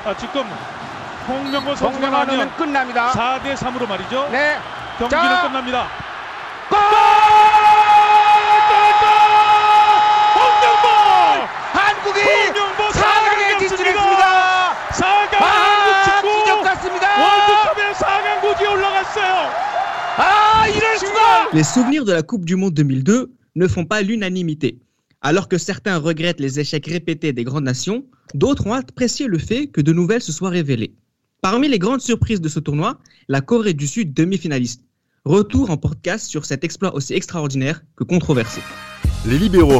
지금 홍명보 선수가 나면 끝납니다. 4대 3으로 말이죠. 네. 경기는 끝납니다. 골! 홍명보! 한국이 홍명보 4강에 진출했습니다. 4강 한국 축구 기적 같습니다. 월드컵에 4강 고지에 올라갔어요. 이럴 수가! Les souvenirs de la Coupe du Monde 2002 ne font pas l'unanimité. Alors que certains regrettent les échecs répétés des grandes nations, d'autres ont apprécié le fait que de nouvelles se soient révélées. Parmi les grandes surprises de ce tournoi, la Corée du Sud demi-finaliste. Retour en podcast sur cet exploit aussi extraordinaire que controversé. Les libéraux.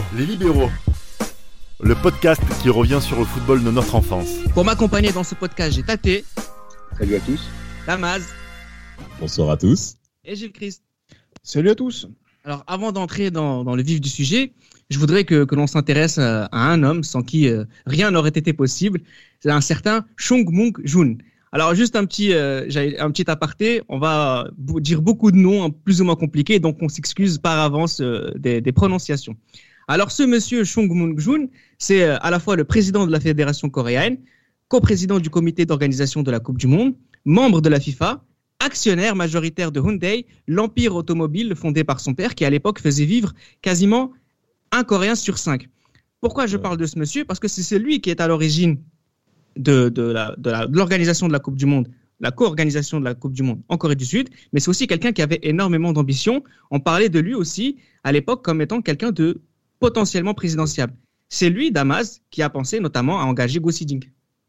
Le podcast qui revient sur le football de notre enfance. Pour m'accompagner dans ce podcast, j'ai Tate. Salut à tous. Damaz. Bonsoir à tous. Et Gilles Christ. Salut à tous. Alors, avant d'entrer dans le vif du sujet, je voudrais que l'on s'intéresse à un homme sans qui rien n'aurait été possible. C'est un certain Chung Moong-jun. Alors, juste un petit aparté. On va dire beaucoup de noms plus ou moins compliqués, donc on s'excuse par avance des prononciations. Alors, ce monsieur Chung Moong-jun, c'est à la fois le président de la Fédération coréenne, coprésident du comité d'organisation de la Coupe du Monde, membre de la FIFA, actionnaire majoritaire de Hyundai, l'empire automobile fondé par son père qui à l'époque faisait vivre quasiment un Coréen sur 5. Pourquoi je parle de ce monsieur ? Parce que c'est lui qui est à l'origine de l'organisation de la Coupe du Monde, la co-organisation de la Coupe du Monde en Corée du Sud, mais c'est aussi quelqu'un qui avait énormément d'ambition. On parlait de lui aussi à l'époque comme étant quelqu'un de potentiellement présidentiable. C'est lui, Damas, qui a pensé notamment à engager Go Si-jin.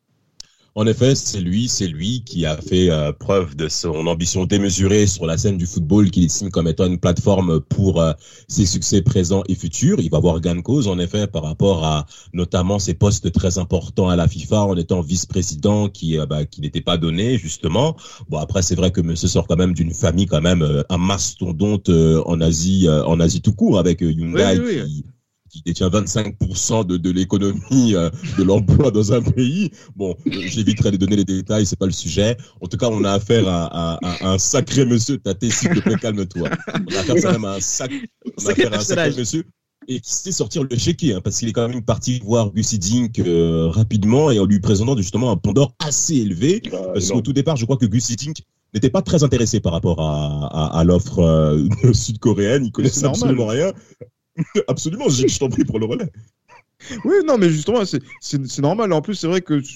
En effet, c'est lui qui a fait preuve de son ambition démesurée sur la scène du football, qu'il estime comme étant une plateforme pour ses succès présents et futurs. Il va avoir gain de cause, en effet, par rapport à notamment ses postes très importants à la FIFA en étant vice-président qui n'était pas donné, justement. Bon, après, c'est vrai que monsieur sort quand même d'une famille quand même un mastodonte en Asie tout court, avec Hyundai qui détient 25% de l'économie de l'emploi dans un pays. Bon, j'éviterai de donner les détails, c'est pas le sujet. En tout cas, on a affaire à un sacré monsieur. Tate, s'il te plaît, calme-toi. On a affaire quand même à un sacré monsieur et qui sait sortir le chéquier, parce qu'il est quand même parti voir Gu Si-jin rapidement et en lui présentant justement un pont d'or assez élevé. Parce qu'au tout départ, je crois que Gu Si-jin n'était pas très intéressé par rapport à l'offre sud-coréenne. Il connaissait absolument rien. Absolument, je t'en prie pour le relais. Oui, non, mais justement, c'est normal. En plus, c'est vrai que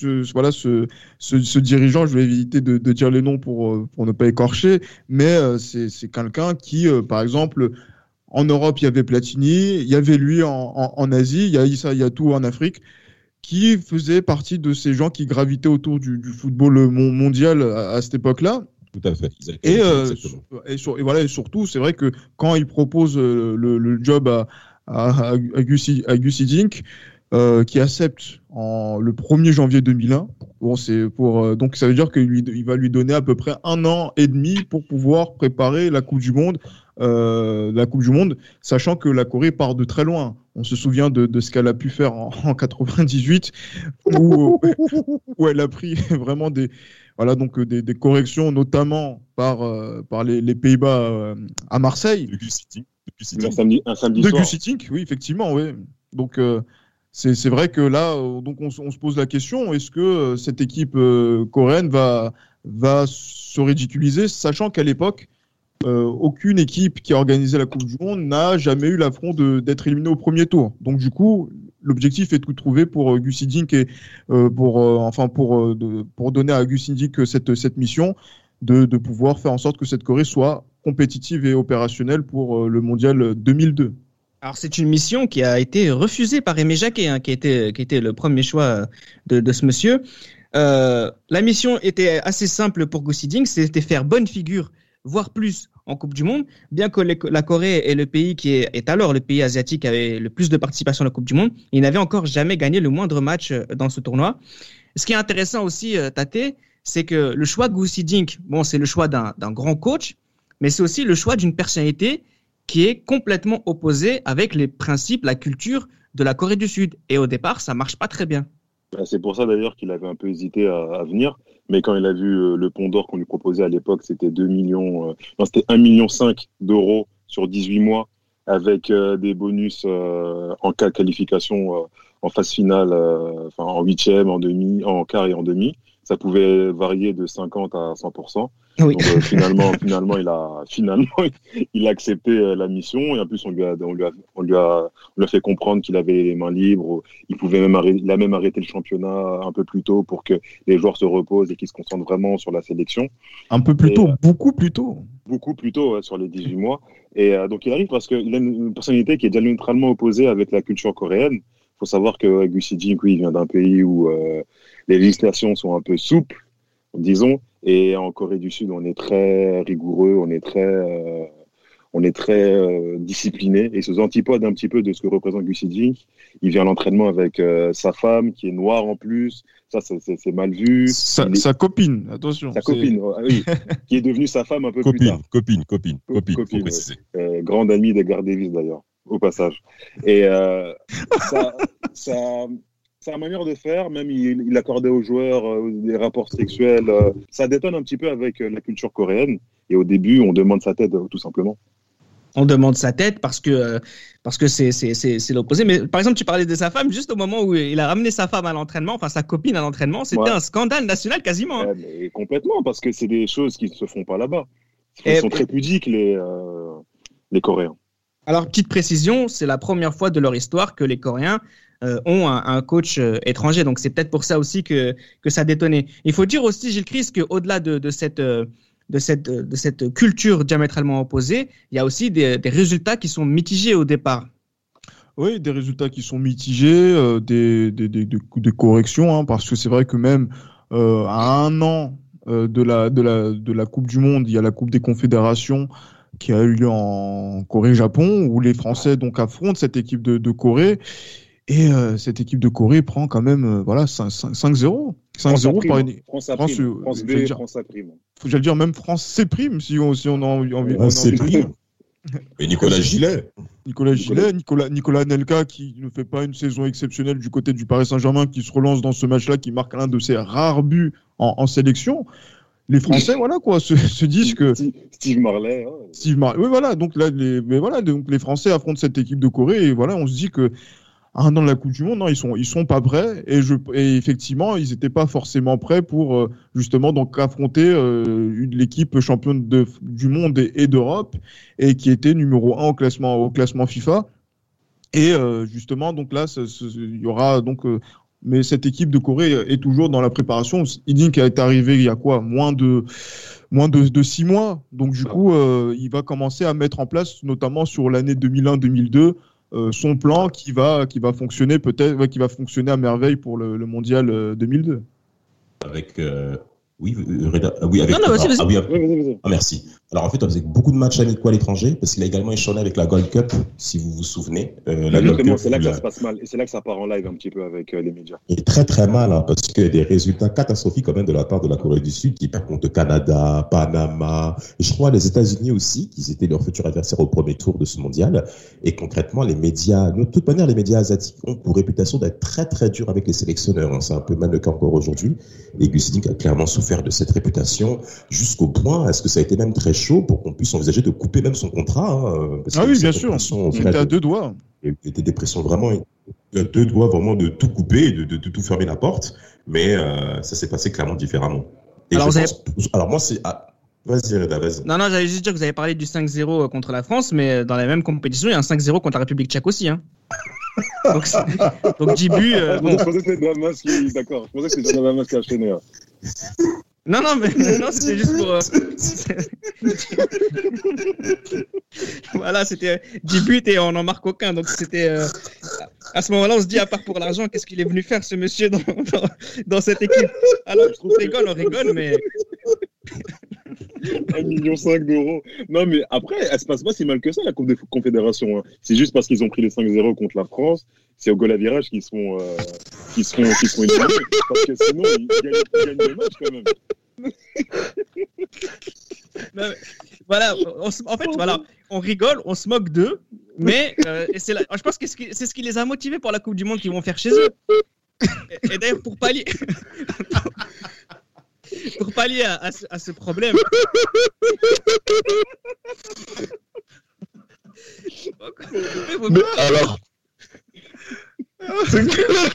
ce dirigeant, je vais éviter de dire les noms pour ne pas écorcher, mais c'est quelqu'un qui, par exemple, en Europe, il y avait Platini, il y avait lui en Asie, il y a Issa Yatou en Afrique, qui faisait partie de ces gens qui gravitaient autour du football mondial à cette époque-là. Tout à fait. Et surtout, c'est vrai que quand il propose le job à Gu Si-jin, qui accepte le 1er janvier 2001, bon, c'est donc ça veut dire qu'il va lui donner à peu près 1 an et demi pour pouvoir préparer la Coupe du Monde, sachant que la Corée part de très loin. On se souvient de ce qu'elle a pu faire en 98, où elle a pris vraiment des corrections, notamment par les Pays-Bas à Marseille. Un samedi soir. De Gu Si-jin, oui, effectivement, oui. Donc c'est vrai que là, donc on se pose la question, est-ce que cette équipe coréenne va se ridiculiser, sachant qu'à l'époque, aucune équipe qui a organisé la Coupe du Monde n'a jamais eu l'affront d'être éliminée au premier tour. Donc du coup, l'objectif est de tout trouver pour Gu Si-jin et pour donner à Gu Si-jin cette mission de pouvoir faire en sorte que cette Corée soit compétitive et opérationnelle pour le mondial 2002. Alors c'est une mission qui a été refusée par Aimé Jacquet, qui était le premier choix de ce monsieur. La mission était assez simple pour Gu Si-jin, c'était faire bonne figure, voire plus, en Coupe du Monde, bien que la Corée est le pays qui est alors le pays asiatique qui avait le plus de participation à la Coupe du Monde, il n'avait encore jamais gagné le moindre match dans ce tournoi. Ce qui est intéressant aussi, Tate, c'est que le choix de Gu Si-jin, bon, c'est le choix d'un grand coach, mais c'est aussi le choix d'une personnalité qui est complètement opposée avec les principes, la culture de la Corée du Sud. Et au départ, ça marche pas très bien. C'est pour ça d'ailleurs qu'il avait un peu hésité à venir. Mais quand il a vu le pont d'or qu'on lui proposait à l'époque, c'était 1,5 million d'euros sur 18 mois avec des bonus en cas de qualification en phase finale, en huitième, en demi, en quart et en demi. Ça pouvait varier de 50 à 100%. Oui. Donc finalement, il a accepté la mission, et en plus on lui a fait comprendre qu'il avait les mains libres. Il a même arrêté le championnat un peu plus tôt pour que les joueurs se reposent et qu'ils se concentrent vraiment sur la sélection. Un peu plus tôt, beaucoup plus tôt. Beaucoup plus tôt, ouais, sur les 18 mois. Et donc il arrive parce qu'il a une personnalité qui est diamétralement opposée avec la culture coréenne. Il faut savoir que Gus Hee-jin, il vient d'un pays où les législations sont un peu souples, disons. Et en Corée du Sud, on est très rigoureux, on est très discipliné. Et c'est aux antipodes un petit peu de ce que représente Gus Hee-jin. Il vient à l'entraînement avec sa femme, qui est noire en plus. Ça, c'est mal vu. Sa copine, attention. Sa copine, oui, qui est devenue sa femme un peu plus tard. Copine, faut ouais. préciser. Grande amie d'Edgar Davis, d'ailleurs, au passage. Et sa manière de faire, même il accordait aux joueurs des rapports sexuels, ça détonne un petit peu avec la culture coréenne. Et au début, on demande sa tête, tout simplement. On demande sa tête parce que c'est l'opposé. Mais par exemple, tu parlais de sa femme, juste au moment où il a ramené sa femme à l'entraînement, enfin sa copine à l'entraînement, c'était un scandale national quasiment. Ouais, mais complètement, parce que c'est des choses qui ne se font pas là-bas. Ils sont très pudiques, les Coréens. Alors, petite précision, c'est la première fois de leur histoire que les Coréens ont un coach étranger. Donc, c'est peut-être pour ça aussi que ça a détonné. Il faut dire aussi, Gilles Christ, qu'au-delà de cette culture diamétralement opposée, il y a aussi des résultats qui sont mitigés au départ. Oui, des résultats qui sont mitigés, des corrections, hein, parce que c'est vrai que même à un an de la Coupe du Monde, il y a la Coupe des Confédérations qui a eu lieu en Corée-Japon, où les Français donc affrontent cette équipe de Corée. Et cette équipe de Corée prend quand même 5-0. 5-0 par une... France B, France A prime. J'allais dire même France C prime si on a envie. Et Nicolas Gillet. Nicolas Nelka qui ne fait pas une saison exceptionnelle du côté du Paris Saint-Germain, qui se relance dans ce match-là, qui marque l'un de ses rares buts en sélection. Les Français, se disent que Steve Marley. Oui, voilà. Donc là, les Français affrontent cette équipe de Corée et voilà, on se dit que dans la Coupe du Monde, non, ils sont pas prêts et effectivement, ils n'étaient pas forcément prêts pour justement donc affronter l'équipe championne du monde et d'Europe et qui était numéro 1 au classement FIFA. Et justement, donc là, il y aura donc. Mais cette équipe de Corée est toujours dans la préparation. Hee-jin est arrivé il y a moins de 6 mois. Donc du coup, il va commencer à mettre en place, notamment sur l'année 2001-2002, son plan qui va fonctionner qui va fonctionner à merveille pour le mondial 2002. Avec merci. Alors en fait, on faisait beaucoup de matchs amicaux à l'étranger parce qu'il a également échangé avec la Gold Cup, si vous vous souvenez. C'est là que ça se passe mal et c'est là que ça part en live un petit peu avec les médias. Et très très mal parce qu'il y a des résultats catastrophiques quand même de la part de la Corée du Sud qui perd contre le Canada, Panama et je crois les États-Unis aussi, qui étaient leurs futurs adversaires au premier tour de ce mondial. Et concrètement, les médias, de toute manière, les médias asiatiques ont pour réputation d'être très très durs avec les sélectionneurs. C'est un peu mal le cas encore aujourd'hui. Et Gus Hee-jin a clairement souffert de cette réputation jusqu'au point, est-ce que ça a été même très chaud pour qu'on puisse envisager de couper même son contrat parce oui, bien sûr, il était à 2 doigts. Il était des pressions vraiment, à 2 doigts vraiment de tout couper, de tout fermer la porte, mais ça s'est passé clairement différemment. Et alors moi c'est... Vas-y, Reda, vas-y. Non, j'allais juste dire que vous avez parlé du 5-0 contre la France, mais dans la même compétition, il y a un 5-0 contre la République tchèque aussi. Hein. Donc 10 buts. Je pensais que c'était Damas qui... D'accord, je pensais que c'était Damas qui a enchaîné. Non, c'était juste pour... Voilà, c'était 10 buts et on n'en marque aucun. Donc c'était... À ce moment-là, on se dit, à part pour l'argent, qu'est-ce qu'il est venu faire, ce monsieur, dans cette équipe? Alors, on rigole, mais... 1,5 million d'euros. Non, mais après, elle se passe pas si mal que ça, la Coupe des Confédérations. Hein. C'est juste parce qu'ils ont pris les 5-0 contre la France. C'est au goal à virage qu'ils seront éliminés. Parce que sinon, ils gagnent le match quand même. Non, mais, voilà, on rigole, on se moque d'eux, mais je pense que c'est ce qui les a motivés pour la Coupe du Monde qu'ils vont faire chez eux. Et d'ailleurs, pour pallier à ce problème. Mais alors, c'est clair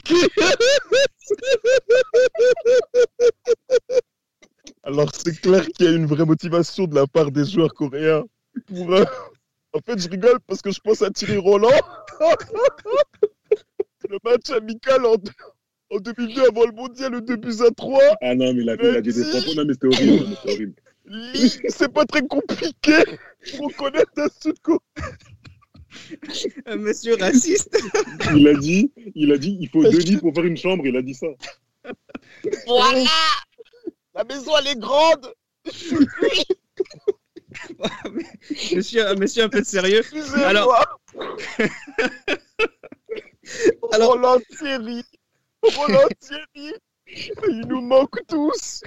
Alors, c'est clair qu'il y a une vraie motivation de la part des joueurs coréens pour. En fait, je rigole parce que je pense à Thierry Roland. Le match amical en 2002 avant le mondial, le 2-3. Ah non, mais il a dit des propos. Non, mais c'était horrible. C'était horrible. C'est pas très compliqué pour connaître un Sud-Coréen. Un monsieur raciste. Il a dit, il faut 2 lits pour faire une chambre. Il a dit ça. Voilà. La maison, elle est grande. Monsieur, un peu de sérieux. Excusez-moi. Alors- Roland Thierry, il nous manque tous.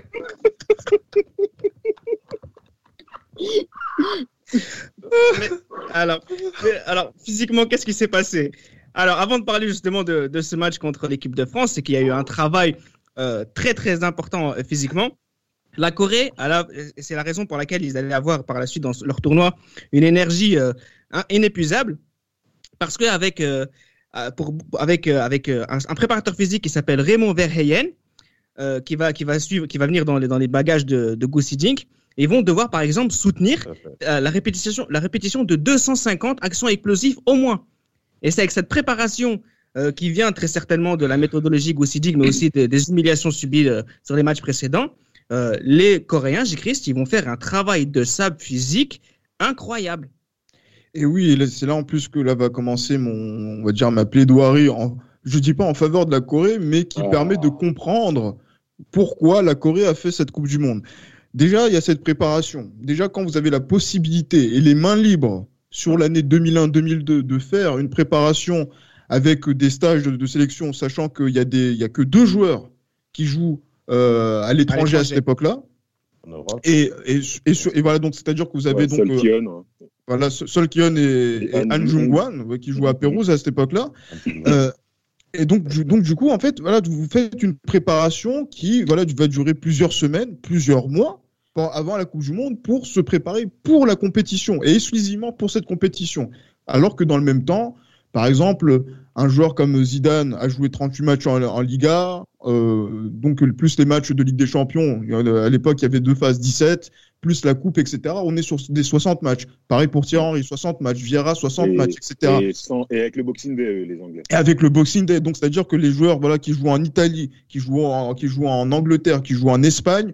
Alors, physiquement, qu'est-ce qui s'est passé? Alors, avant de parler justement de ce match contre l'équipe de France, c'est qu'il y a eu un travail très très important physiquement. La Corée, c'est la raison pour laquelle ils allaient avoir par la suite dans leur tournoi une énergie inépuisable, parce qu'avec un préparateur physique qui s'appelle Raymond Verheyen, qui va venir dans les bagages de Gu Xijing, ils vont devoir par exemple soutenir la répétition de 250 actions explosives au moins. Et c'est avec cette préparation qui vient très certainement de la méthodologie Gu Xijing, mais aussi des humiliations subies sur les matchs précédents. Les Coréens, J-Christ, ils vont faire un travail de sabre physique incroyable. Et oui, c'est là en plus que là va commencer on va dire ma plaidoirie, je dis pas en faveur de la Corée, mais qui permet de comprendre pourquoi la Corée a fait cette Coupe du Monde. Déjà, il y a cette préparation. Déjà, quand vous avez la possibilité et les mains libres sur l'année 2001-2002 de faire une préparation avec des stages de sélection, sachant qu'il y a que 2 joueurs qui jouent à l'étranger à cette époque-là. En Europe. Et voilà, donc c'est-à-dire que vous avez donc voilà, Sol Kyun et Han Jung-wan qui jouent à Pérouse à cette époque-là. Et donc du coup, en fait, voilà, vous faites une préparation qui va durer plusieurs semaines, plusieurs mois avant la Coupe du Monde pour se préparer pour la compétition et exclusivement pour cette compétition. Alors que dans le même temps, par exemple, un joueur comme Zidane a joué 38 matchs en Liga, donc plus les matchs de Ligue des Champions. À l'époque, il y avait 2 phases 17, plus la Coupe, etc. On est sur des 60 matchs. Pareil pour Thierry Henry, 60 matchs. Vieira, 60 matchs, etc. Et avec le Boxing Day, les Anglais. Et avec le Boxing Day. Donc, c'est-à-dire que les joueurs qui jouent en Italie, qui jouent en Angleterre, qui jouent en Espagne,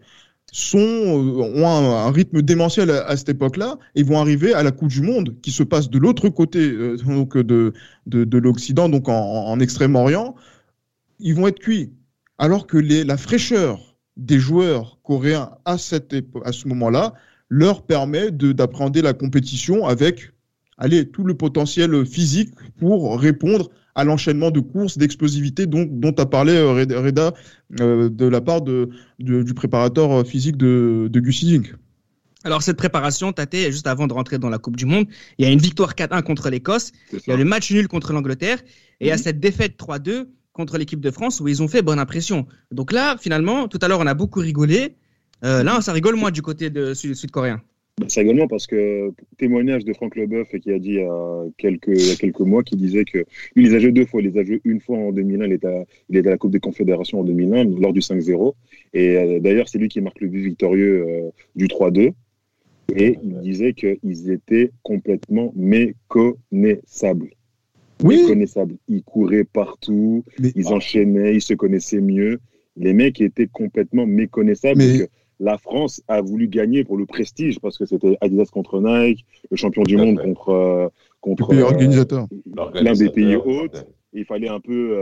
ont un rythme démentiel à cette époque-là et vont arriver à la Coupe du Monde qui se passe de l'autre côté donc de l'Occident, donc en Extrême-Orient. Ils vont être cuits. Alors que la fraîcheur des joueurs coréens à ce moment-là leur permet d'appréhender la compétition avec tout le potentiel physique pour répondre à l'enchaînement de courses, d'explosivité dont a parlé Reda de la part du préparateur physique de Gu Xijing. Alors cette préparation, Tate, juste avant de rentrer dans la Coupe du Monde, il y a une victoire 4-1 contre l'Écosse, il y a le match nul contre l'Angleterre, et il y a cette défaite 3-2 contre l'équipe de France où ils ont fait bonne impression. Donc là, finalement, tout à l'heure, on a beaucoup rigolé. Là, ça rigole moins du côté sud-coréen. C'est également parce que témoignage de Franck Leboeuf qui a dit il y a quelques mois, qui disait que lui, il les a joués 2 fois. Il les a joués une fois en 2001, il était à la Coupe des Confédérations en 2001 lors du 5-0. Et d'ailleurs, c'est lui qui marque le but victorieux du 3-2. Et il disait qu'ils étaient complètement méconnaissables. Oui. Méconnaissables. Ils couraient partout, ils enchaînaient, ils se connaissaient mieux. Les mecs étaient complètement méconnaissables. La France a voulu gagner pour le prestige parce que c'était Adidas contre Nike, le champion du monde contre le pays organisateur, l'un des pays hôtes. Il fallait un peu,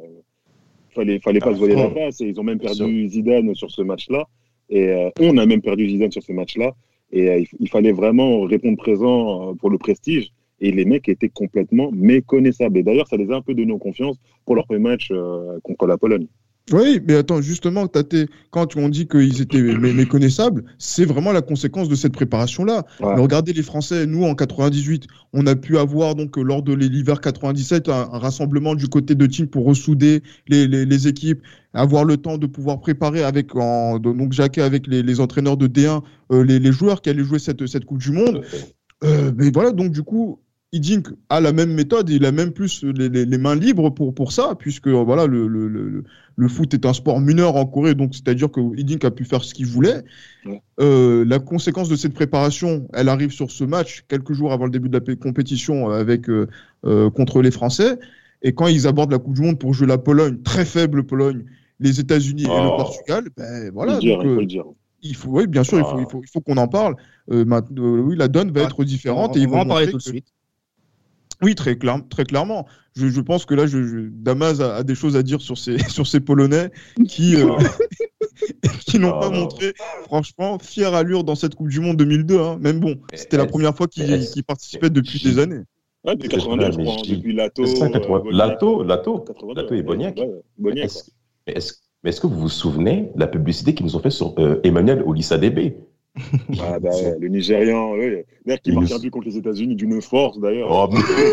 fallait pas se voiler la face. Et ils ont même perdu Zidane sur ce match-là. Et on a même perdu Zidane sur ce match-là. Et il fallait vraiment répondre présent pour le prestige. Et les mecs étaient complètement méconnaissables. Et d'ailleurs, ça les a un peu donné en confiance pour leur premier match contre la Pologne. Oui, mais attends, justement, quand on dit qu'ils étaient méconnaissables, c'est vraiment la conséquence de cette préparation-là. Ouais. Mais regardez les Français, nous, en 98, on a pu avoir, donc, lors de l'hiver 97, un rassemblement du côté de team pour ressouder les équipes, avoir le temps de pouvoir préparer donc Jacquet avec les entraîneurs de D1, les joueurs qui allaient jouer cette Coupe du Monde. Mais voilà, donc, du coup, Hiddink a la même méthode, il a même plus les mains libres pour ça, puisque voilà, le foot est un sport mineur en Corée, donc c'est-à-dire que Hiddink a pu faire ce qu'il voulait. Ouais. La conséquence de cette préparation, elle arrive sur ce match, quelques jours avant le début de la compétition contre les Français. Et quand ils abordent la Coupe du Monde pour jouer la Pologne, très faible Pologne, les États-Unis et le Portugal, ben voilà. Il faut le dire. Oui, bien sûr, il faut qu'on en parle. Oui, la donne va être différente. On et ils va vont en parler montrer tout de suite. Oui, très clairement. Je pense que là, Damas a des choses à dire sur ces Polonais qui n'ont pas montré, franchement, fière allure dans cette Coupe du Monde 2002. Hein. Même bon, c'était la première fois qu'ils participaient depuis des années. Ouais, depuis 89, je crois, depuis Lato. Lato et Boniek. Boniek. Mais est-ce que vous vous souvenez de la publicité qu'ils nous ont fait sur Emmanuel Olissa DB? Le Nigérian, oui. D'ailleurs, qui marque un but contre les États-Unis d'une force, d'ailleurs.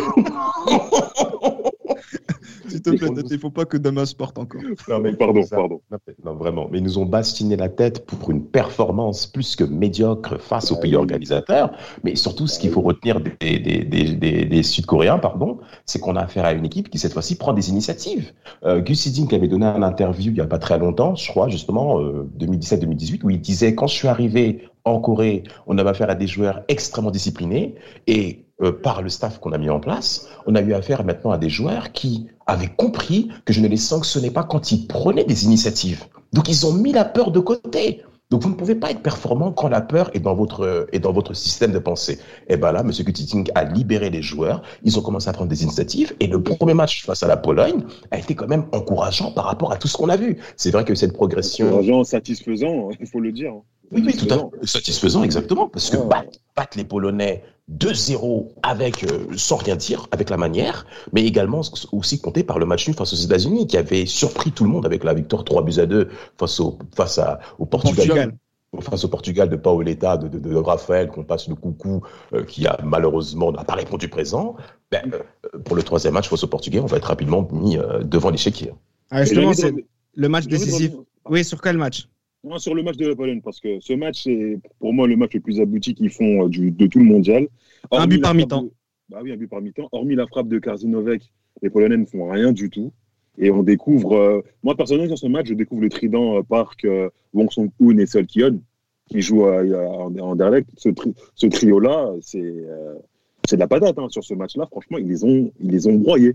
S'il te plaît, il ne faut pas que Damas parte encore. Non, mais pardon. Non, vraiment. Mais ils nous ont bastiné la tête pour une performance plus que médiocre face aux pays organisateurs. Mais surtout, ce qu'il faut retenir des Sud-Coréens, c'est qu'on a affaire à une équipe qui, cette fois-ci, prend des initiatives. Gus Hiddink avait donné un interview il n'y a pas très longtemps, je crois, justement, 2017-2018, où il disait, quand je suis arrivé en Corée, on avait affaire à des joueurs extrêmement disciplinés et par le staff qu'on a mis en place, on a eu affaire maintenant à des joueurs qui avaient compris que je ne les sanctionnais pas quand ils prenaient des initiatives. Donc, ils ont mis la peur de côté. Donc, vous ne pouvez pas être performant quand la peur est dans votre système de pensée. Et bien là, M. Hiddink a libéré les joueurs. Ils ont commencé à prendre des initiatives. Et le premier match face à la Pologne a été quand même encourageant par rapport à tout ce qu'on a vu. C'est vrai que cette progression... Encourageant, satisfaisant, il faut le dire. Oui, tout à fait. Satisfaisant, exactement. Parce que battre les Polonais 2-0 sans rien dire, avec la manière, mais également aussi compté par le match nul face aux États-Unis, qui avait surpris tout le monde avec la victoire 3-2 face au Portugal. Face au Portugal de Paoletta, de Raphaël, qu'on passe le coucou, qui a malheureusement n'a pas répondu présent. Pour le troisième match face au Portugais, on va être rapidement mis devant l'échiquier. Justement, c'est le match décisif. Oui, sur quel match? Non, sur le match de la Pologne, parce que ce match, c'est pour moi le match le plus abouti qu'ils font de tout le mondial. Un but par mi-temps. Oui, un but par mi-temps. Hormis la frappe de Karzinovek, les Polonais ne font rien du tout. Et on découvre, moi personnellement, sur ce match, je découvre le trident Park, Wong Song-hoon et Sol Ki-yeon, qui jouent en direct. Ce trio-là, c'est de la patate sur ce match-là. Franchement, ils les ont broyés.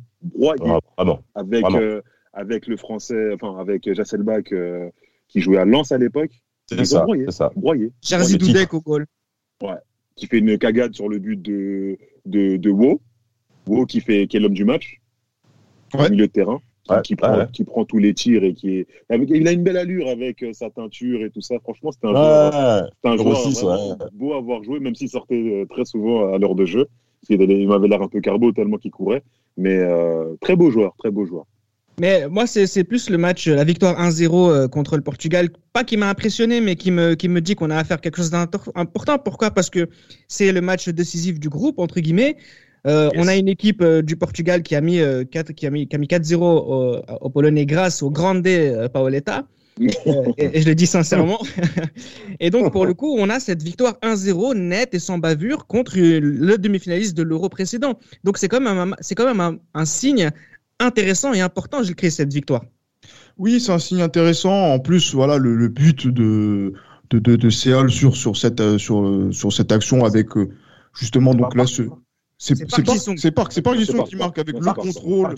Avec le Français, avec Jasselbach, qui jouait à Lens à l'époque. C'est ça. Broyé. Jerzy Dudek au goal. Ouais. Qui fait une cagade sur le but de Wo. Wo qui est l'homme du match. Au milieu de terrain. Qui prend tous les tirs et il a une belle allure avec sa teinture et tout ça. Franchement, c'était un joueur beau à avoir joué, même s'il sortait très souvent à l'heure de jeu. Il m'avait l'air un peu carbo tellement qu'il courait. Mais très beau joueur. Mais moi, c'est plus le match, la victoire 1-0 contre le Portugal, pas qui m'a impressionné, mais qui me dit qu'on a à faire quelque chose d'important. Pourquoi ? Parce que c'est le match décisif du groupe, entre guillemets. On a une équipe du Portugal qui a mis 4-0 aux Polonais grâce au grande Paoletta. Et je le dis sincèrement. Et donc, pour le coup, on a cette victoire 1-0 nette et sans bavure contre le demi-finaliste de l'Euro précédent. Donc, c'est quand même un signe intéressant et important, Gilles Christ, cette victoire. Oui, c'est un signe intéressant. En plus, voilà, le but de Seol sur cette action avec justement donc là c'est Park Ji-sung qui marque avec le contrôle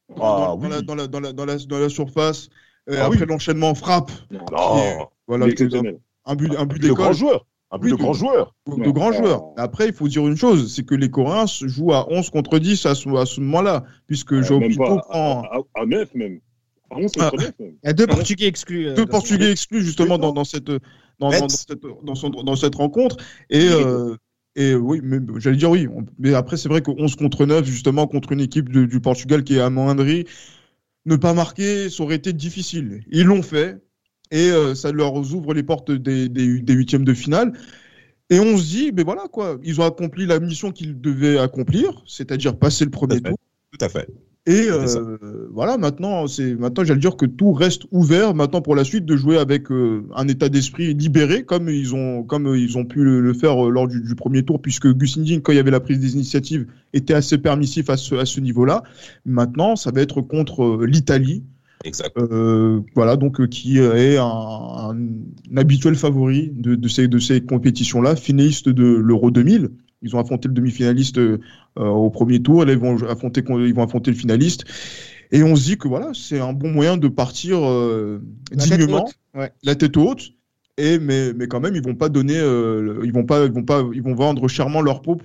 dans la surface. Après l'enchaînement frappe. Voilà, un but d'école. Un but de grand joueur. De grand joueur. Après, il faut dire une chose, c'est que les Coréens jouent à 11 contre 10 à ce moment-là, puisque João Pinto prend... À 9 même. À 11 contre 9 même. Il y a deux Portugais exclus. Deux Portugais exclus, justement, dans cette rencontre. Et oui, mais j'allais dire oui. Mais après, c'est vrai que 11 contre 9, justement, contre une équipe du Portugal qui est amoindrie, ne pas marquer, ça aurait été difficile. Ils l'ont fait. Et ça leur ouvre les portes des huitièmes de finale. Et on se dit, ben voilà quoi, ils ont accompli la mission qu'ils devaient accomplir, c'est-à-dire passer le premier tour. Tout à fait. Et C'est ça. voilà, maintenant, j'allais dire que tout reste ouvert maintenant pour la suite de jouer avec un état d'esprit libéré, comme ils ont pu le faire lors du premier tour, puisque Gus Hiddink, quand il y avait la prise des initiatives, était assez permissif à ce niveau-là. Maintenant, ça va être contre l'Italie. Exact. Voilà, donc qui est un habituel favori de ces compétitions-là, finaliste de l'Euro 2000. Ils ont affronté le demi-finaliste au premier tour, et là, ils vont affronter le finaliste. Et on se dit que voilà, c'est un bon moyen de partir dignement, la tête haute. Mais quand même, ils vont pas donner, ils vont vendre chèrement leur peau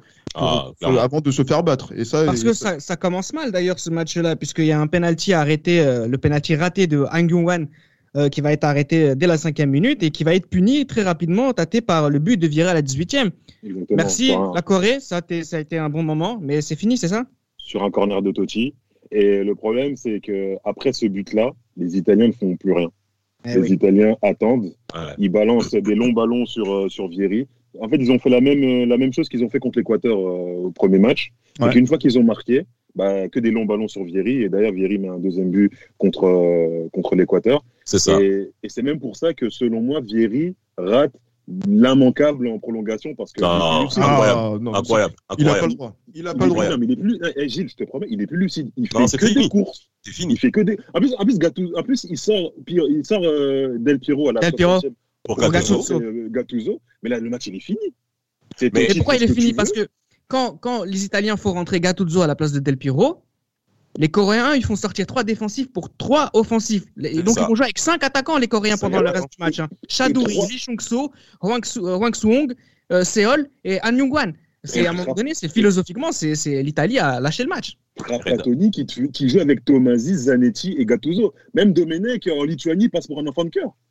avant de se faire battre. Et ça, Parce que ça commence mal d'ailleurs ce match-là, puisqu'il y a un penalty arrêté, le penalty raté de Han Kyung-wan qui va être arrêté dès la 5e minute et qui va être puni très rapidement, tâté par le but de virer à la 18e. Exactement. Merci la Corée, ça a été un bon moment, mais c'est fini, c'est ça? Sur un corner de Totti. Et le problème, c'est que après ce but-là, les Italiens ne font plus rien. Les Italiens attendent. Ouais. Ils balancent des longs ballons sur Vieri. En fait, ils ont fait la même chose qu'ils ont fait contre l'Équateur au premier match. Ouais. Donc, une fois qu'ils ont marqué, que des longs ballons sur Vieri. Et d'ailleurs, Vieri met un deuxième but contre l'Équateur. C'est ça. Et c'est même pour ça que, selon moi, Vieri rate l'immanquable en prolongation. Parce que Incroyable. Il n'a pas le droit. Il n'a pas le droit. Non, mais il est plus. Gilles, je te promets, il est plus lucide. Il Non, fait c'est que fini. des courses. C'est fini. Il fait que des. En plus, il sort Del Piero à la Del Piero. 60e. Pour Gattuso. Gattuso. Mais là, le match, il est fini. Mais Et pourquoi il est fini? Parce que quand les Italiens font rentrer Gattuso à la place de Del Piero, les Coréens, ils font sortir 3 défensifs pour 3 offensifs. Et donc, ça. ils vont jouer avec 5 attaquants, les Coréens, C'est pendant le vrai, reste du match. Chadouri, trois. Lee Chung-so, Hwang Suong, Seol et Han Myung-wan. À un moment donné, philosophiquement, c'est l'Italie a lâché le match. Trapattoni qui joue avec Tomasi, Zanetti et Gattuso. Même Domenech en Lituanie passe pour un enfant de cœur.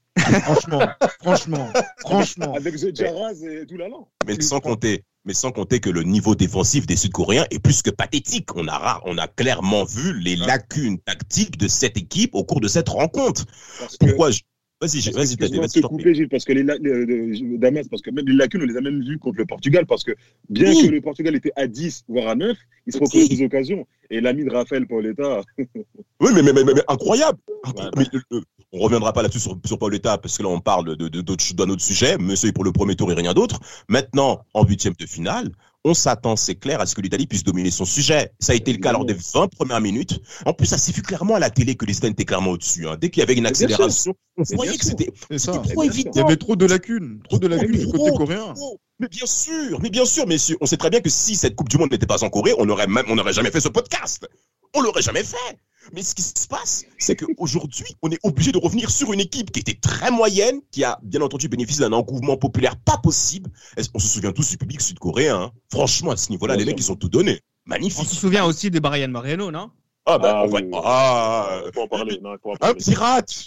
Franchement. Avec The Jaraz et tout l'allant. Mais sans compter que le niveau défensif des Sud-Coréens est plus que pathétique. On a clairement vu les lacunes tactiques de cette équipe au cours de cette rencontre. Pourquoi Vas-y, Excuse-moi de te couper, Gilles, parce que Damas, parce que même les lacunes, on les a même vues contre le Portugal, parce que bien que le Portugal était à 10, voire à 9, il se procure des occasions. Et l'ami de Raphaël Paoletta. Oui, mais incroyable. Mais, on reviendra pas là-dessus sur Paoletta, parce que là, on parle d'un autre sujet. Monsieur, pour le premier tour et rien d'autre. Maintenant, en 8e de finale, on s'attend, c'est clair, à ce que l'Italie puisse dominer son sujet. Ça a été le cas lors des 20 premières minutes. En plus, ça s'est vu clairement à la télé que les Italiens étaient clairement au-dessus. Dès qu'il y avait une accélération, on voyait que c'était trop évident. Il y avait trop de lacunes du côté coréen. Mais bien sûr, messieurs. On sait très bien que si cette Coupe du Monde n'était pas en Corée, on n'aurait jamais fait ce podcast. On l'aurait jamais fait. Mais ce qui se passe, c'est qu'aujourd'hui, on est obligé de revenir sur une équipe qui était très moyenne, qui a bien entendu bénéficié d'un engouement populaire pas possible. On se souvient tous du public sud-coréen. Franchement, à ce niveau-là, les mecs, ils ont tout donné. Magnifique. On se souvient aussi de Brian Moreno, non? Il faut en parler. Un pirate.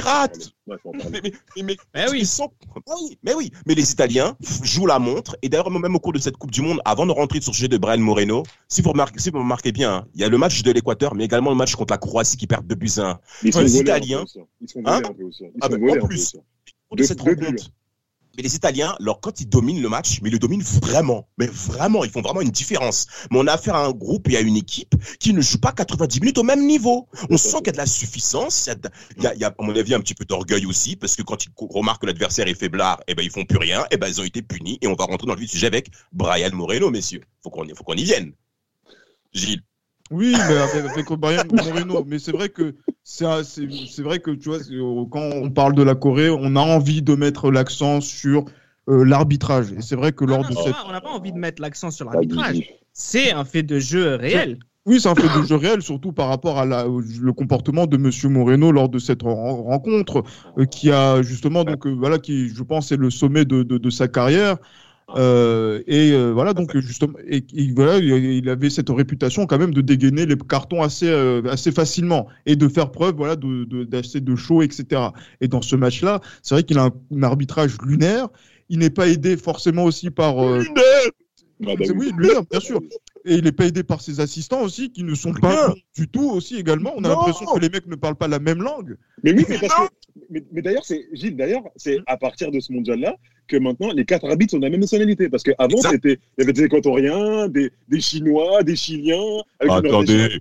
Mais les Italiens jouent la montre. Et d'ailleurs, même au cours de cette Coupe du Monde, avant de rentrer sur le sujet de Brian Moreno, si vous remarquez bien, il y a le match de l'Équateur, mais également le match contre la Croatie qui perd 2-1. Les Italiens, ils sont volés un peu aussi. En plus, de cette rencontre. Mais les Italiens, quand ils dominent le match, mais ils le dominent vraiment. Mais vraiment, ils font vraiment une différence. Mais on a affaire à un groupe et à une équipe qui ne joue pas 90 minutes au même niveau. On sent qu'il y a de la suffisance. Il y a, à mon avis, un petit peu d'orgueil aussi, parce que quand ils remarquent que l'adversaire est faiblard, ils font plus rien, ils ont été punis. Et on va rentrer dans le vif du sujet avec Brian Moreno, messieurs. Faut qu'on y vienne. Gilles. Oui, mais avec Brian Moreno. Mais c'est vrai que tu vois, quand on parle de la Corée, on a envie de mettre l'accent sur l'arbitrage. Et c'est vrai que lors de cette... On n'a pas envie de mettre l'accent sur l'arbitrage. C'est un fait de jeu réel. Oui, c'est un fait de jeu réel, surtout par rapport à le comportement de Monsieur Moreno lors de cette rencontre, qui a justement, qui, je pense, est le sommet de sa carrière. Voilà, donc justement, il avait cette réputation quand même de dégainer les cartons assez facilement et de faire preuve, d'assez de show, etc. Et dans ce match-là, c'est vrai qu'il a un arbitrage lunaire. Il n'est pas aidé forcément aussi par oui, lunaire, bien sûr. Et il n'est pas aidé par ses assistants aussi, qui ne sont pas du tout aussi également. On a l'impression que les mecs ne parparlent pas la même langue. Mais oui, mais d'ailleurs, Gilles, c'est à partir de ce mondial-là que maintenant les 4 arbitres sont de la même nationalité. Parce qu'avant, il y avait des Équatoriens, des Chinois, des Chiliens. Attendez,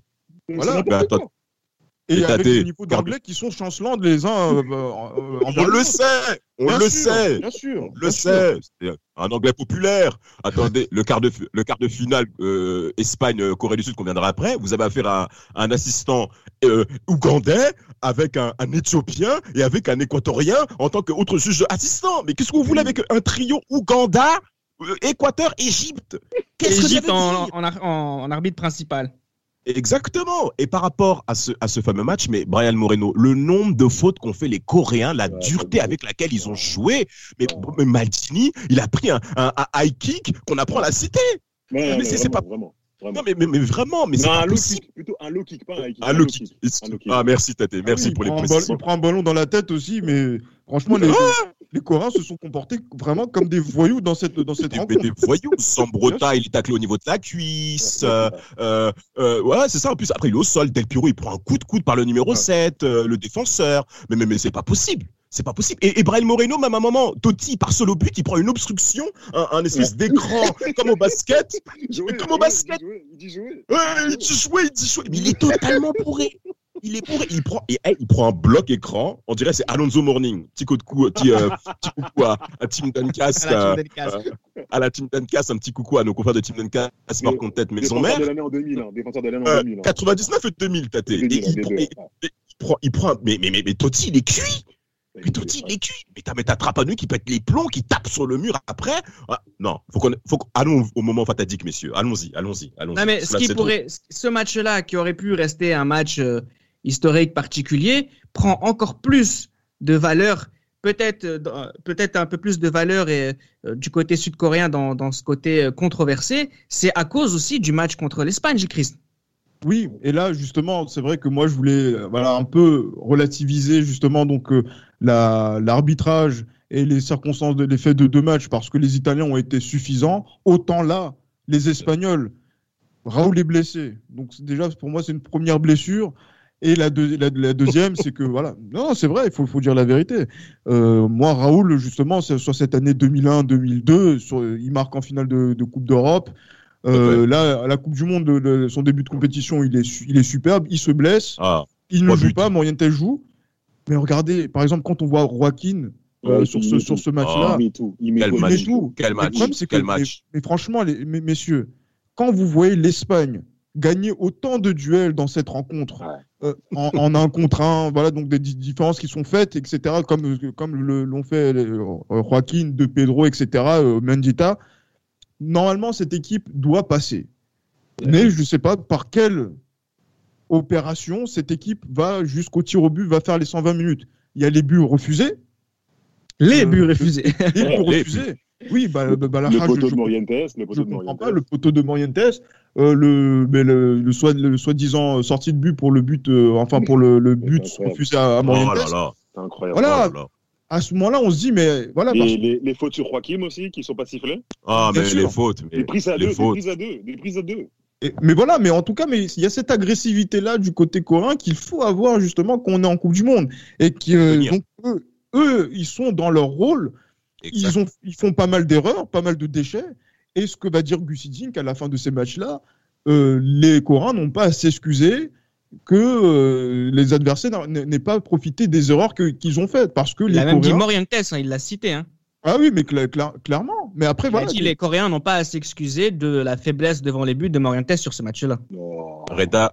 Voilà. C'est Mais attends, Et Et avec Tate, des niveaux d'anglais qui sont chancelants les uns on le sait, on Bien le sûr, sait. Bien sûr. On le bien sûr. sait, c'est un anglais populaire. Attendez, le quart de finale Espagne-Corée du Sud qu'on viendra après, vous avez affaire à un assistant ougandais avec un Éthiopien et avec un Équatorien en tant qu'autre juge assistant. Mais qu'est-ce que vous voulez avec un trio Ouganda, Équateur, Égypte? Qu'est-ce que ça Égypte veut en, dire? en arbitre principal. Exactement. Et par rapport à ce fameux match, mais Brian Moreno, le nombre de fautes qu'ont fait les Coréens, la dureté avec laquelle ils ont joué, mais Maldini, il a pris un high kick qu'on apprend à la cité. Ouais, mais c'est pas vraiment. Non, mais vraiment, mais c'est Non, pas un low possible. kick, plutôt un low kick, pas un high kick. Un low kick. Un low kick. Ah, merci Tate, merci Oui, pour les il précisions. prend un ballon dans la tête aussi, mais franchement, les Coréens se sont comportés vraiment comme des voyous dans cette Mais rencontre. des voyous, Sambrota, il est taclé au niveau de la cuisse. Ouais, c'est ça. En plus, après, il est au sol. Del Piro, il prend un coup de coude par le numéro 7, le défenseur. Mais c'est pas possible. C'est pas possible. Et Brian Moreno, même à un moment, Totti part seul au but, il prend une obstruction, un espèce d'écran, comme au basket. Comme au basket. Il dit jouer. Ouais, il dit jouer. Mais il est totalement pourré. Il est pourri. Il prend un bloc écran. On dirait que c'est Alonso Morning. Petit coucou à Team Duncast. À la Team Duncast, un petit coucou à nos confrères de Team Duncast, mort contre tête maison mère. Défenseur de l'année en 2000. Défenseur de l'année en 2000. 99 et 2000, Tate. Et il prend. Mais Totti, il est cuit. Mais Totti, il est cuit. Mais t'as Trapanu qui pète les plombs, qui tape sur le mur après. Ah, non, allons au moment fatidique, messieurs. Allons-y. Non, mais ce match-là, qui aurait pu rester un match historique particulier, prend encore plus de valeur, peut-être un peu plus de valeur du côté sud-coréen dans ce côté controversé. C'est à cause aussi du match contre l'Espagne, Christ. Oui, et là justement, c'est vrai que moi je voulais un peu relativiser justement donc l'arbitrage et les circonstances de l'effet de deux matchs parce que les Italiens ont été suffisants. Autant là, les Espagnols, Raoul est blessé, donc déjà pour moi c'est une première blessure. Et la deuxième, c'est que voilà, non, c'est vrai, il faut dire la vérité. Moi, Raoul, justement, sur cette année 2001-2002, il marque en finale de Coupe d'Europe. Là, à la Coupe du Monde, son début de compétition, il est superbe. Il se blesse. Il ne joue pas. Morientes joue. Mais regardez, par exemple, quand on voit Joaquin sur ce match-là, il met tout. Quel match. Mais franchement, messieurs, quand vous voyez l'Espagne gagner autant de duels dans cette rencontre, en un contre un, voilà, donc des différences qui sont faites, etc., comme l'ont fait Joaquin, De Pedro, etc., Mendieta. Normalement, cette équipe doit passer. Mais je ne sais pas par quelle opération cette équipe va jusqu'au tir au but, va faire les 120 minutes. Il y a les buts refusés. Les buts refusés. Oui, le poteau de Morientes. Je ne comprends pas le poteau de Morientes. Le soi-disant sortie de but pour le but, pour le but refusé à Morientes. Oh là là. C'est incroyable. Voilà. À ce moment-là, on se dit, mais voilà. Les fautes sur Joachim aussi, qui ne sont pas sifflées. Ah, mais les fautes. Des prises à deux. Mais voilà, mais en tout cas, il y a cette agressivité-là du côté coréen qu'il faut avoir justement quand on est en Coupe du Monde. Et donc, eux, ils sont dans leur rôle. Ils font pas mal d'erreurs, pas mal de déchets. Et ce que va dire Gus Hiddink à la fin de ces matchs-là, les Coréens n'ont pas à s'excuser que les adversaires n'aient pas profité des erreurs qu'ils ont faites. Parce que il a même dit Morientes, il l'a cité. Hein. Ah oui, mais clairement. Mais après, il a dit les Coréens n'ont pas à s'excuser de la faiblesse devant les buts de Morientes sur ce match-là. Reda,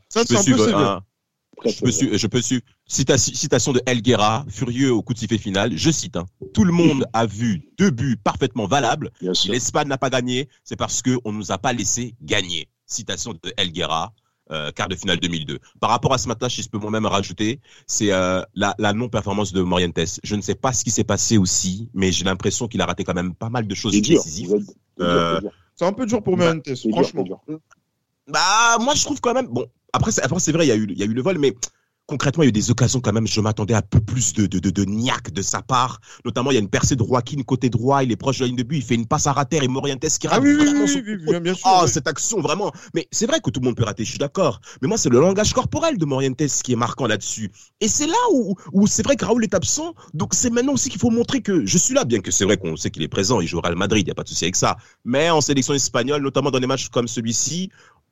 je peux suivre. Citation de Elguera, furieux au coup de sifflet final. Je cite, tout le monde a vu 2 buts parfaitement valables. Si l'Espagne n'a pas gagné, c'est parce qu'on ne nous a pas laissé gagner. Citation de Elguera. Quart de finale 2002. Par rapport à ce match, si je peux moi-même rajouter, c'est la non-performance de Morientes. Je ne sais pas ce qui s'est passé aussi, mais j'ai l'impression qu'il a raté quand même pas mal de choses décisives. C'est un peu dur pour Morientes, franchement. Moi, je trouve quand même... Bon, après c'est vrai, il y a eu le vol, mais... Concrètement, il y a eu des occasions quand même, je m'attendais à un peu plus de niaque de sa part. Notamment, il y a une percée de Joaquin côté droit, il est proche de la ligne de but, il fait une passe à rater et Morientes qui rate vraiment bien sûr. cette action, vraiment. Mais c'est vrai que tout le monde peut rater, je suis d'accord. Mais moi, c'est le langage corporel de Morientes qui est marquant là-dessus. Et c'est là où c'est vrai que Raoul est absent. Donc, c'est maintenant aussi qu'il faut montrer que je suis là, bien que c'est vrai qu'on sait qu'il est présent, il joue au Real Madrid, il n'y a pas de souci avec ça. Mais en sélection espagnole, notamment dans des matchs comme celui-ci,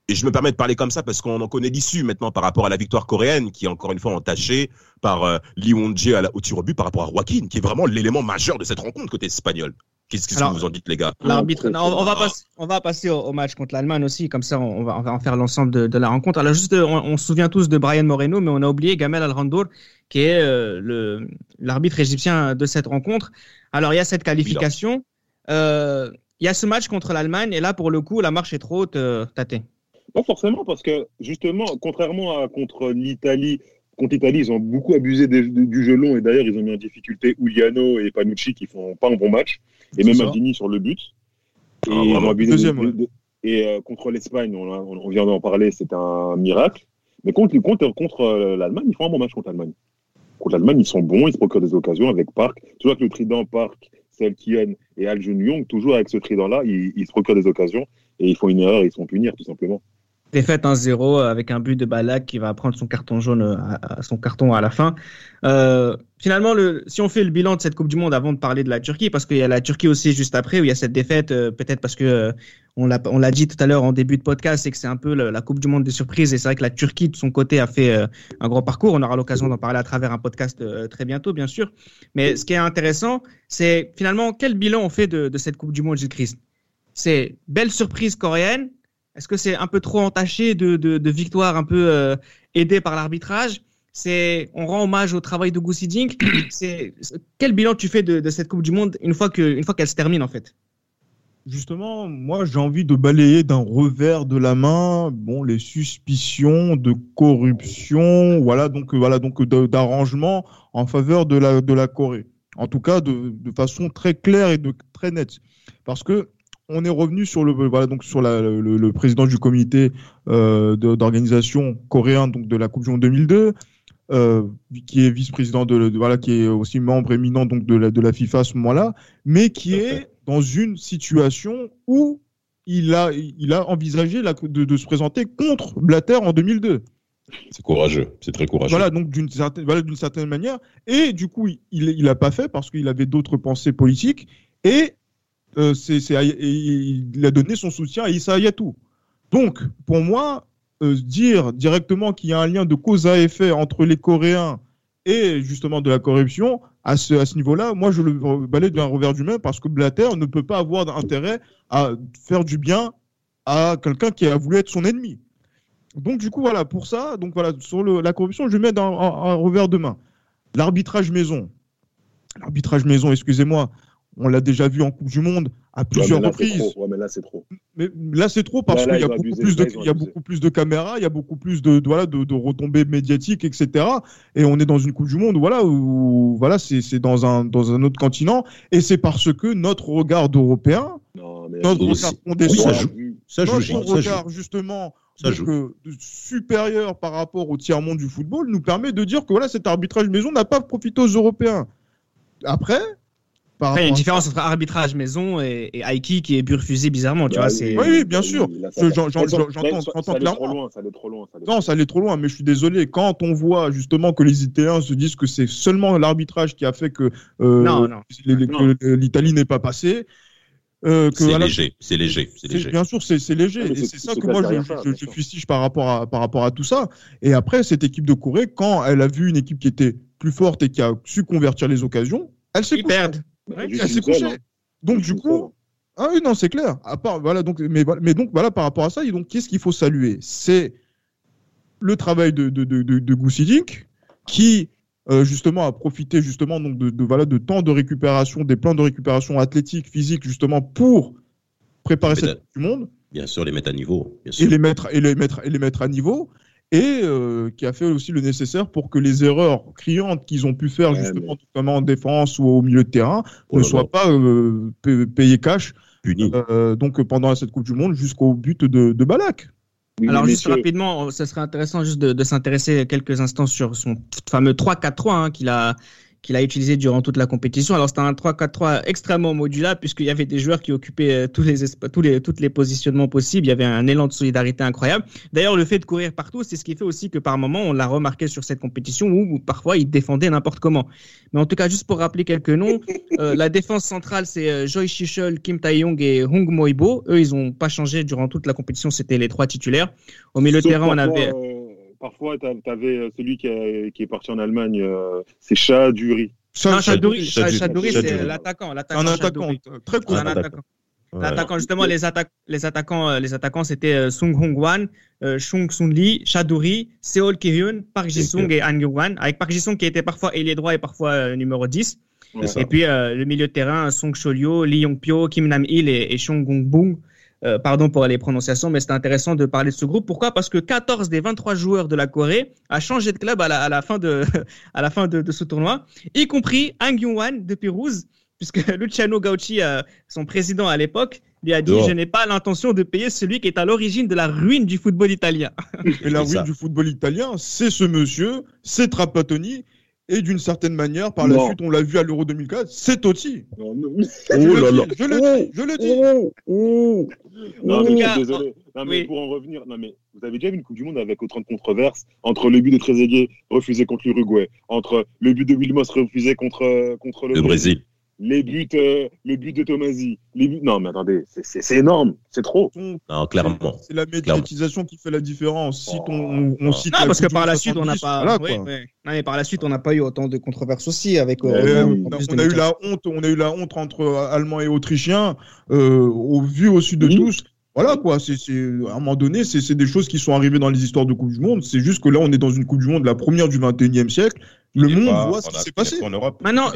Et je me permets de parler comme ça parce qu'on en connaît l'issue maintenant par rapport à la victoire coréenne qui est encore une fois entachée par Lee Won-jae au tir au but par rapport à Joaquin, qui est vraiment l'élément majeur de cette rencontre côté espagnol. Qu'est-ce que vous en dites, les gars? L'arbitre, on va passer au match contre l'Allemagne aussi, comme ça on va en faire l'ensemble de la rencontre. Alors juste, on se souvient tous de Brian Moreno, mais on a oublié Gamel Alrandour, qui est l'arbitre égyptien de cette rencontre. Alors il y a cette qualification, il y a ce match contre l'Allemagne, et là pour le coup la marche est trop haute, Tate. Pas forcément, parce que justement, contrairement à contre l'Italie, ils ont beaucoup abusé du jeu long, et d'ailleurs ils ont mis en difficulté Uliano et Panucci qui font pas un bon match, et même Maldini sur le but. Et ils ont abusé contre l'Espagne, on vient d'en parler, c'est un miracle. Mais contre l'Allemagne, ils font un bon match contre l'Allemagne. Contre l'Allemagne, ils sont bons, ils se procurent des occasions avec Park. Toujours avec le trident Park, Selkian et Al Jun-Young, toujours avec ce trident-là, ils se procurent des occasions et ils font une erreur et ils se font punir, tout simplement. Défaite 1-0 avec un but de Ballack qui va prendre son carton jaune son carton à la fin. Finalement, si on fait le bilan de cette Coupe du Monde avant de parler de la Turquie, parce qu'il y a la Turquie aussi juste après où il y a cette défaite, peut-être parce que on l'a dit tout à l'heure en début de podcast, c'est que c'est un peu la Coupe du Monde des surprises, et c'est vrai que la Turquie de son côté a fait un grand parcours. On aura l'occasion d'en parler à travers un podcast très bientôt, bien sûr. Mais ce qui est intéressant, c'est finalement quel bilan on fait de cette Coupe du Monde, Gilles-Christ. C'est belle surprise coréenne. Est-ce que c'est un peu trop entaché de victoires un peu aidées par l'arbitrage? On rend hommage au travail de Gu Xijing. Quel bilan tu fais de cette Coupe du Monde une fois qu'elle se termine en fait? Justement, moi j'ai envie de balayer d'un revers de la main les suspicions de corruption, donc d'arrangement en faveur de la Corée. En tout cas de façon très claire et très nette. Parce que on est revenu sur le président du comité d'organisation coréen de la Coupe du Monde 2002, qui est vice-président qui est aussi membre éminent de la FIFA à ce moment-là, mais qui est dans une situation où il a envisagé de se présenter contre Blatter en 2002. C'est courageux, c'est très courageux. Donc d'une certaine manière, et du coup il l'a pas fait parce qu'il avait d'autres pensées politiques et il a donné son soutien à Issa Hayatou. Donc, pour moi, dire directement qu'il y a un lien de cause à effet entre les Coréens et justement de la corruption, à ce niveau-là, moi je le balaye d'un revers du main parce que Blatter ne peut pas avoir d'intérêt à faire du bien à quelqu'un qui a voulu être son ennemi. Donc, du coup, pour ça, sur la corruption, je mets un revers de main. L'arbitrage maison, excusez-moi, on l'a déjà vu en Coupe du Monde à plusieurs reprises. Mais là, c'est trop. Mais là, c'est trop parce qu'il y a beaucoup plus de caméras, il y a beaucoup plus de retombées médiatiques, etc. Et on est dans une Coupe du Monde où c'est dans un autre continent. Et c'est parce que notre regard d'Européens, notre regard condescendant, notre regard justement supérieur par rapport au tiers-monde du football nous permet de dire que cet arbitrage maison n'a pas profité aux Européens. Après, il y a une différence entre arbitrage maison et Aiki qui est pur fusé bizarrement, tu vois. Oui, bien sûr. J'entends clairement. Ça allait trop loin. Non, ça allait trop loin, mais je suis désolé. Quand on voit justement que les Italiens se disent que c'est seulement l'arbitrage qui a fait que l'Italie n'est pas passée. C'est léger. Bien sûr, c'est léger. Et c'est ça que moi, je fustige par rapport à tout ça. Et après, cette équipe de Corée, quand elle a vu une équipe qui était plus forte et qui a su convertir les occasions, elle s'est couchée. Elle s'est couchée. Donc, du coup, c'est clair. À part, par rapport à ça, donc, qu'est-ce qu'il faut saluer? C'est le travail de Gu Xijing qui, justement, a profité justement de temps de récupération, des plans de récupération athlétique, physique, justement, pour préparer cette Coupe du Monde. Bien sûr, les mettre à niveau. Bien sûr. Et les mettre à niveau. Et qui a fait aussi le nécessaire pour que les erreurs criantes qu'ils ont pu faire, justement, notamment en défense ou au milieu de terrain, ne soient pas payées cash. Punis. Donc, pendant cette Coupe du Monde, jusqu'au but de Ballack. Oui, alors, juste rapidement, ça serait intéressant juste de s'intéresser quelques instants sur son fameux 3-4-3 qu'il qu'il a utilisé durant toute la compétition. Alors c'était un 3-4-3 extrêmement modulable puisqu'il y avait des joueurs qui occupaient tous les positionnements possibles. Il y avait un élan de solidarité incroyable. D'ailleurs, le fait de courir partout, c'est ce qui fait aussi que par moment, on l'a remarqué sur cette compétition où parfois il défendait n'importe comment. Mais en tout cas, juste pour rappeler quelques noms, la défense centrale, c'est Choi Shi-chul, Kim Tae-yong et Hong Mo-ibo. Eux, ils n'ont pas changé durant toute la compétition. C'était les 3 titulaires. Au milieu de terrain, on avait... Parfois, tu avais celui qui est parti en Allemagne, c'est Chaduri. Chadouri, c'est Chadouri. l'attaquant. Un attaquant très cool. L'attaquant, justement, les attaquants, c'était Sung Hong-wan, Chung Sun-lee, Chadouri, Seol Ki-hyun, Park Ji-sung et An Gyung-wan, avec Park Ji-sung qui était parfois ailier droit et parfois numéro 10. Et puis le milieu de terrain, Song Cholyo, Lee Yong-pyo, Kim Nam-il et Chung Gong-bung. Pardon pour les prononciations, mais c'est intéressant de parler de ce groupe. Pourquoi ? Parce que 14 des 23 joueurs de la Corée a changé de club à la fin de ce tournoi, y compris An Gyung-wan de Pérouse, puisque Luciano Gauchi, son président à l'époque, lui a dit « Je n'ai pas l'intention de payer celui qui est à l'origine de la ruine du football italien. » Et la ruine du football italien, c'est ce monsieur, c'est Trapattoni. Et d'une certaine manière, par la suite, on l'a vu à l'Euro 2004, c'est Totti. Je le dis. Non, mais désolé. Non, mais pour en revenir, mais vous avez déjà vu une Coupe du Monde avec autant de controverses entre le but de Trezeguet refusé contre l'Uruguay, entre le but de Wilmos refusé contre le Brésil. Le but de Tomasi. Non, mais attendez, c'est énorme, c'est trop. Non, clairement. C'est la médiatisation qui fait la différence. Si on cite non, parce que par la suite, on n'a pas. Voilà, non, mais par la suite, on n'a pas eu autant de controverses aussi avec. On a eu la honte entre Allemands et Autrichiens, vu au sud de tous. Voilà quoi, à un moment donné, c'est des choses qui sont arrivées dans les histoires de Coupe du Monde. C'est juste que là, on est dans une Coupe du Monde, la première du 21e siècle. Le monde voit ce qui s'est passé. Maintenant,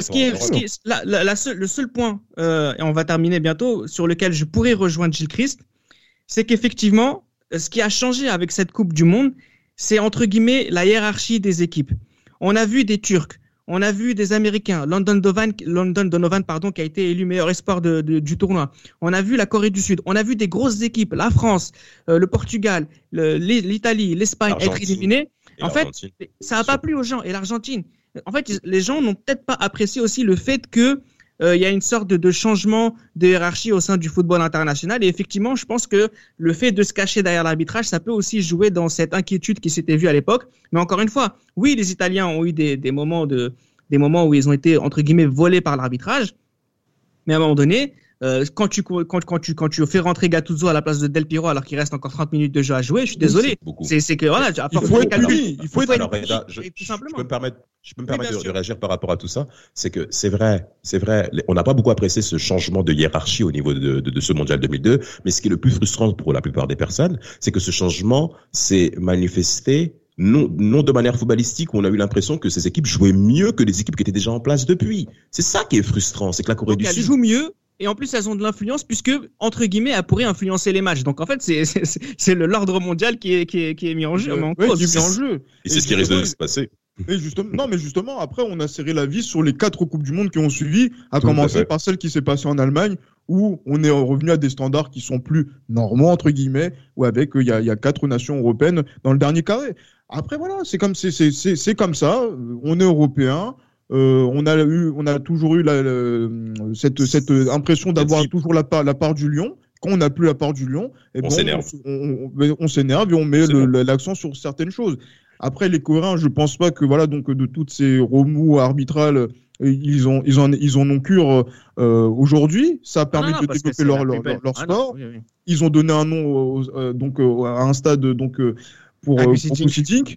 le seul point, et on va terminer bientôt, sur lequel je pourrais rejoindre Gilles Christ, c'est qu'effectivement, ce qui a changé avec cette Coupe du Monde, c'est entre guillemets la hiérarchie des équipes. On a vu des Turcs. On a vu des Américains, Landon Donovan, qui a été élu meilleur espoir du tournoi. On a vu la Corée du Sud. On a vu des grosses équipes, la France, le Portugal, l'Italie, l'Espagne être éliminés. En fait, ça n'a pas plu aux gens. Et l'Argentine. En fait, les gens n'ont peut-être pas apprécié aussi le fait que il y a une sorte de changement de hiérarchie au sein du football international. Et effectivement, je pense que le fait de se cacher derrière l'arbitrage, ça peut aussi jouer dans cette inquiétude qui s'était vue à l'époque. Mais encore une fois, oui, les Italiens ont eu des moments où ils ont été, entre guillemets, volés par l'arbitrage. Mais à un moment donné, quand tu fais rentrer Gattuso à la place de Del Piero alors qu'il reste encore 30 minutes de jeu à jouer, je suis désolé. C'est que voilà, il faut être alors, Reda, tout simplement. Je peux me permettre de réagir par rapport à tout ça. C'est que c'est vrai. On n'a pas beaucoup apprécié ce changement de hiérarchie au niveau de ce mondial 2002. Mais ce qui est le plus frustrant pour la plupart des personnes, c'est que ce changement s'est manifesté non de manière footballistique où on a eu l'impression que ces équipes jouaient mieux que les équipes qui étaient déjà en place depuis. C'est ça qui est frustrant, c'est que la Corée du Sud joue mieux. Et en plus, elles ont de l'influence puisque, entre guillemets, elles pourraient influencer les matchs. Donc, en fait, c'est l'ordre mondial qui est mis en jeu. Et c'est ce qui risque de se passer. Mais justement, après, on a serré la vis sur les 4 Coupes du Monde qui ont suivi, à commencer par celle qui s'est passée en Allemagne, où on est revenu à des standards qui sont plus normaux, entre guillemets, où avec, il y a 4 nations européennes dans le dernier carré. Après, voilà, c'est comme ça. On est européen. On a toujours eu cette impression d'avoir toujours la part du lion. Quand on n'a plus la part du lion, on s'énerve. On s'énerve et on met l'accent sur certaines choses. Après, les Coréens, je pense pas que donc de toutes ces remous arbitrales, ils en ont cure aujourd'hui. Ça a permis de développer leur sport. Oui. Ils ont donné un nom à un stade pour Kusiting.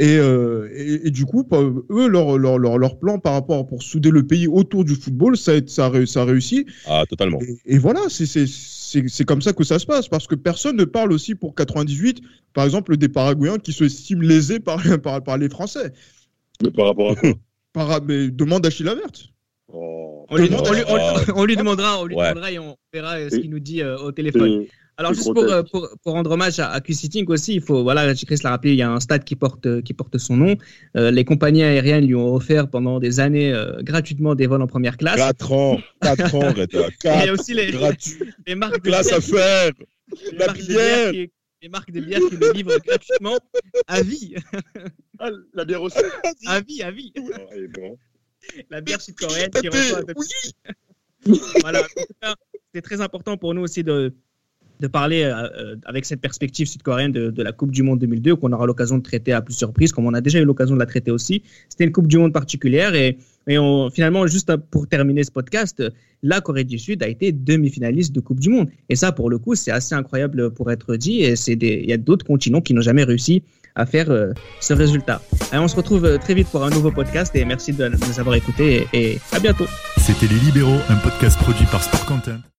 Et du coup, eux, leur plan par rapport pour souder le pays autour du football, ça a réussi. Ah, totalement. Et voilà, c'est comme ça que ça se passe, parce que personne ne parle aussi pour 98, par exemple, des Paraguayens qui se estiment lésés par les Français. Mais par rapport à quoi? Mais demande à Chila Verte. On lui demandera et on verra ce qu'il nous dit au téléphone. Alors, juste pour rendre hommage à Kusiting aussi, il faut, Chris l'a rappelé, il y a un stade qui porte son nom. Les compagnies aériennes lui ont offert pendant des années gratuitement des vols en première classe. 4 ans, Reda. Il y a aussi les marques de classe à faire. La bière. Les marques de bière qui le livrent gratuitement à vie. Ah, la bière aussi. À vie. Bon. La bière sud-coréenne qui reçoit. Voilà. C'est très important pour nous aussi de parler avec cette perspective sud-coréenne de la Coupe du Monde 2002 qu'on aura l'occasion de traiter à plusieurs reprises, comme on a déjà eu l'occasion de la traiter aussi. C'était une Coupe du Monde particulière et finalement, juste pour terminer ce podcast, la Corée du Sud a été demi-finaliste de Coupe du Monde. Et ça, pour le coup, c'est assez incroyable pour être dit. Et il y a d'autres continents qui n'ont jamais réussi à faire ce résultat. Alors, on se retrouve très vite pour un nouveau podcast et merci de nous avoir écoutés et à bientôt. C'était Les Libéraux, un podcast produit par Sport Content.